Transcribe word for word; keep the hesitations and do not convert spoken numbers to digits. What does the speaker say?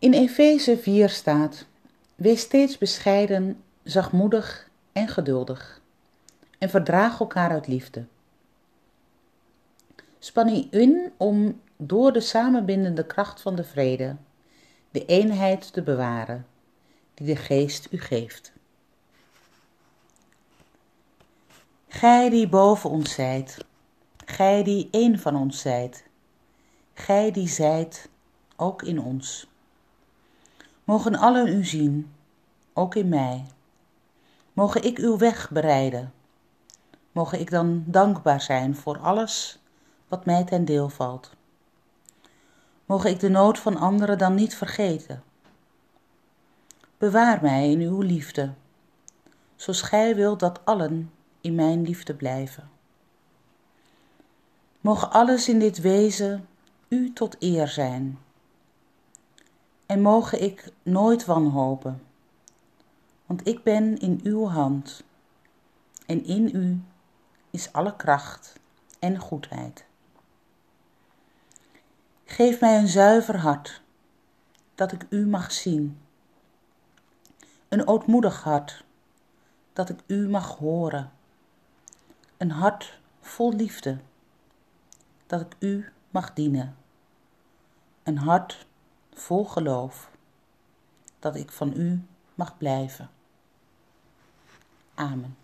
In Efeze vier staat: wees steeds bescheiden, zachtmoedig en geduldig en verdraag elkaar uit liefde. Span u in om door de samenbindende kracht van de vrede de eenheid te bewaren die de Geest u geeft. Gij die boven ons zijt, gij die één van ons zijt, gij die zijt ook in ons. Mogen allen u zien, ook in mij. Mogen ik uw weg bereiden. Mogen ik dan dankbaar zijn voor alles wat mij ten deel valt. Mogen ik de nood van anderen dan niet vergeten. Bewaar mij in uw liefde, zoals gij wilt dat allen in mijn liefde blijven. Mogen alles in dit wezen u tot eer zijn. En mogen ik nooit wanhopen, want ik ben in uw hand en in u is alle kracht en goedheid. Geef mij een zuiver hart, dat ik u mag zien. Een ootmoedig hart, dat ik u mag horen. Een hart vol liefde, dat ik u mag dienen. Een hart vol geloof, dat ik van u mag blijven. Amen.